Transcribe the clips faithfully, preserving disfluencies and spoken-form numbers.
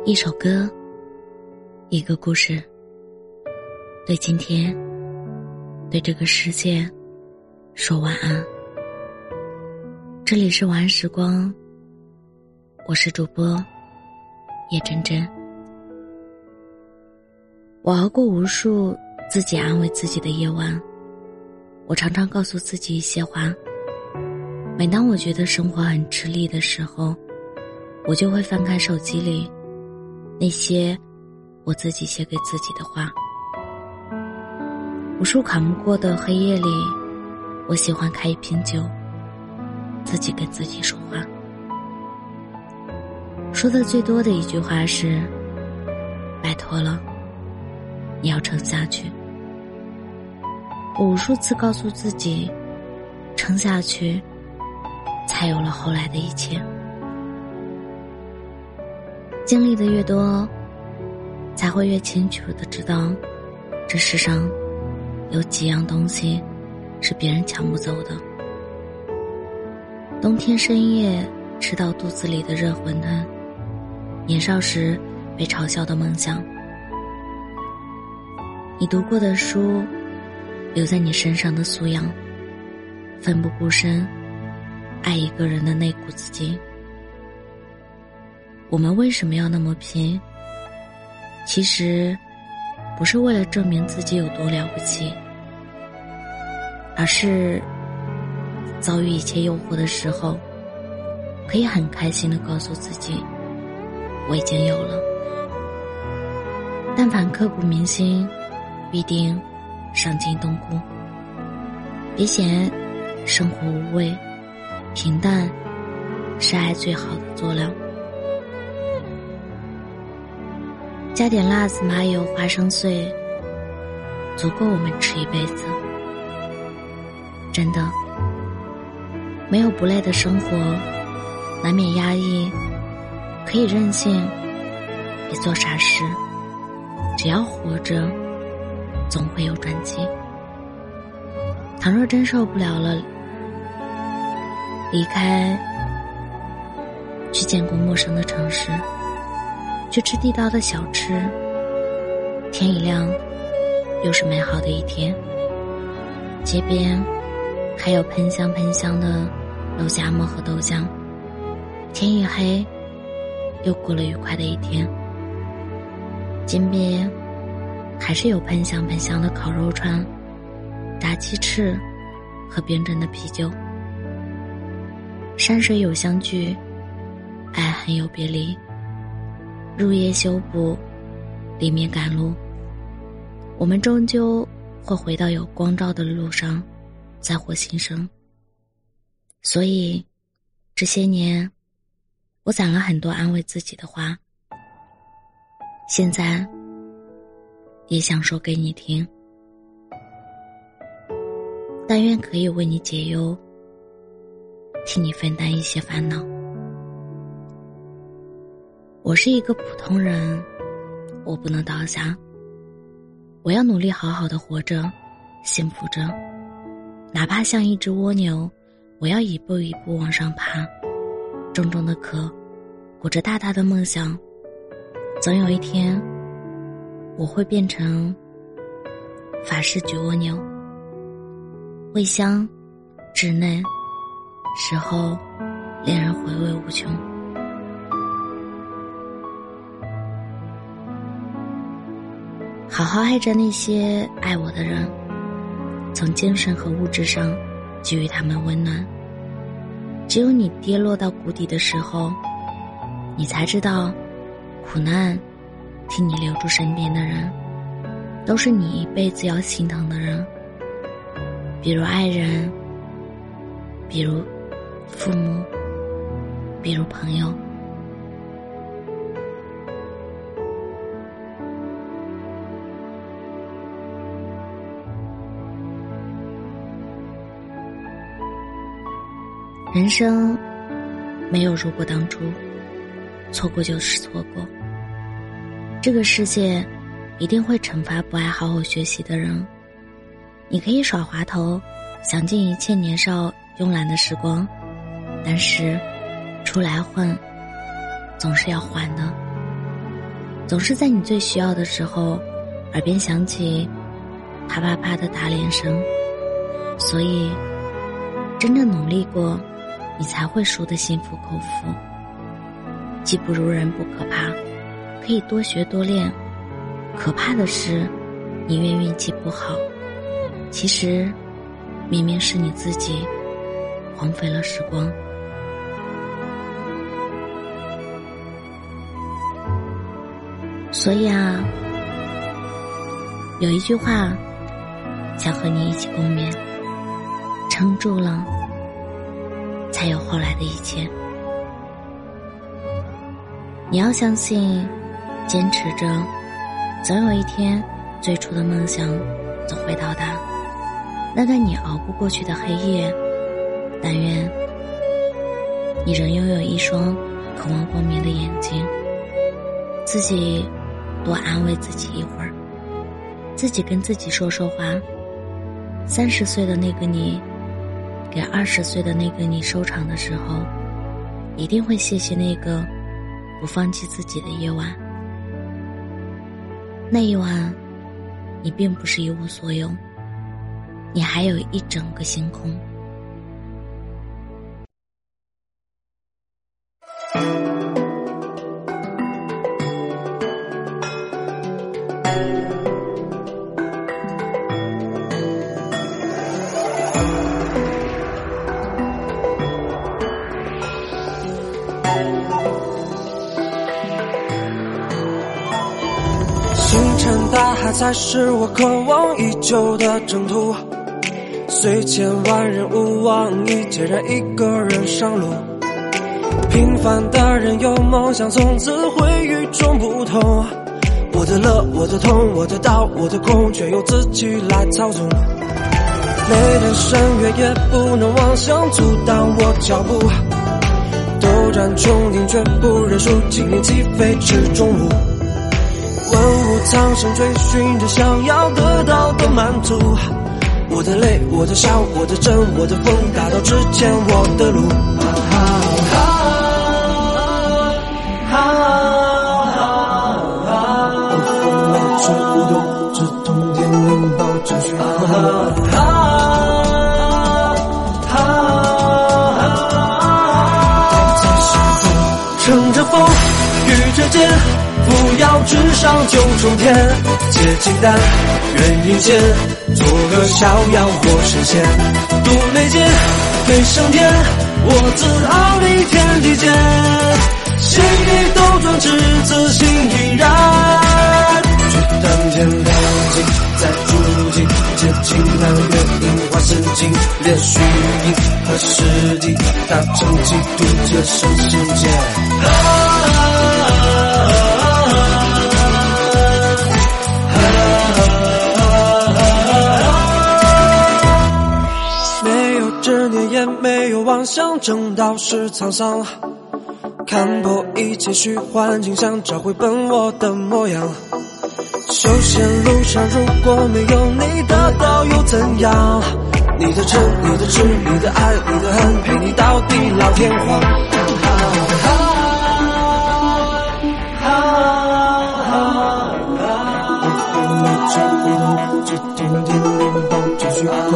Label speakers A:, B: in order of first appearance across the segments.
A: 一首歌，一个故事，对今天，对这个世界说晚安。这里是晚安时光，我是主播叶真真。我熬过无数自己安慰自己的夜晚，我常常告诉自己一些话。每当我觉得生活很吃力的时候，我就会翻开手机里那些我自己写给自己的话。无数扛不过的黑夜里，我喜欢开一瓶酒，自己跟自己说话。说的最多的一句话是，拜托了，你要撑下去。我无数次告诉自己，撑下去才有了后来的一切。经历的越多，才会越清楚地知道，这世上有几样东西是别人抢不走的。冬天深夜吃到肚子里的热馄饨，年少时被嘲笑的梦想，你读过的书，留在你身上的素养，奋不顾身爱一个人的那股子劲。我们为什么要那么拼？其实不是为了证明自己有多了不起，而是遭遇一切诱惑的时候，可以很开心地告诉自己，我已经有了。但凡刻骨铭心，必定伤筋动骨。别嫌生活无味，平淡是爱最好的佐料。加点辣子、麻油、花生碎，足够我们吃一辈子。真的，没有不累的生活，难免压抑，可以任性，别做傻事。只要活着，总会有转机。倘若真受不了了，离开，去见过陌生的城市，去吃地道的小吃，天一亮又是美好的一天。街边还有喷香喷香的肉夹馍和豆浆，天一黑又过了愉快的一天。街边还是有喷香喷香的烤肉串、炸鸡翅和冰镇的啤酒。山水有相聚，爱恨有别离。入夜修补，黎明赶路，我们终究会回到有光照的路上，再获新生。所以这些年我攒了很多安慰自己的话，现在也想说给你听。但愿可以为你解忧，替你分担一些烦恼。我是一个普通人，我不能倒下，我要努力好好的活着，幸福着。哪怕像一只蜗牛，我要一步一步往上爬，重重的壳，裹着大大的梦想。总有一天，我会变成法式焗蜗牛，味香稚嫩，时候令人回味无穷。好好爱着那些爱我的人，从精神和物质上给予他们温暖。只有你跌落到谷底的时候，你才知道苦难替你留住身边的人，都是你一辈子要心疼的人。比如爱人，比如父母，比如朋友。人生没有如果当初，错过就是错过。这个世界一定会惩罚不爱好好学习的人。你可以耍滑头，想尽一切年少慵懒的时光，但是出来混总是要还的。 总是在你最需要的时候，耳边响起啪啪啪的打脸声。所以真正努力过，你才会输得心服口服。技不如人不可怕，可以多学多练，可怕的是你越运气不好，其实明明是你自己荒废了时光。所以啊，有一句话想和你一起共勉，撑住了才有后来的一切。你要相信，坚持着，总有一天最初的梦想总会到达。那段你熬不过去的黑夜，但愿你仍拥有一双渴望光明的眼睛。自己多安慰自己一会儿，自己跟自己说说话。三十岁的那个你给二十岁的那个你收场的时候，一定会谢谢那个不放弃自己的夜晚。那一晚你并不是一无所有，你还有一整个星空。
B: 星辰大海才是我渴望已久的征途，虽千万人无往亦孑然一个人上路。平凡的人有梦想，从此会与众不同。我的乐，我的痛，我的道，我的空，全由自己来操纵。每天深夜也不能妄想阻挡我脚步，斗战穹顶却不认输，精灵起飞至中路。问物苍生，追寻着想要得到的满足。我的泪，我的笑，我的真，我的疯，大道之前我的路。无风没吃无动，只通天灵宝只虚空。乘着风，御着剑，扶摇直上九重天，借金丹，元阴间，做个逍遥活神仙。渡雷劫，飞升天，我自傲立天地间。仙女斗转，至自信依然。去丹田了尽，再筑尽，借金丹，元阴化神经，炼虚阴和实地，大成气度皆生仙界。没有执念，也没有妄想，正道是沧桑。看破一切虚幻景象，找回本我的模样。修仙路上，如果没有你的道又怎样？你的真，你的痴，你的爱，你的恨，陪你到地老天荒。只不动，只通天灵宝只虚空。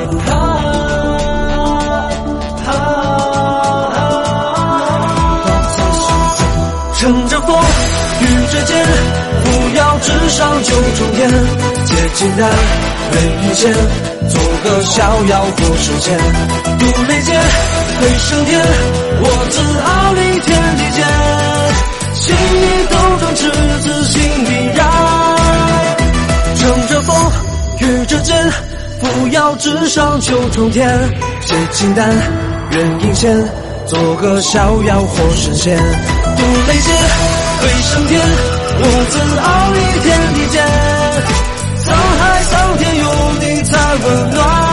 B: 乘着风，御着剑，扶摇直上九重天，借金丹，元阴间，做个逍遥活神仙。渡雷劫，飞升天，我自傲立天地间。心里斗转，赤子心依然。乘着风，御着剑，扶摇直上九重天，借金丹，元阴间，做个逍遥活神仙。渡雷劫，飞升天，我自傲立天地间。沧海桑田有你才温暖。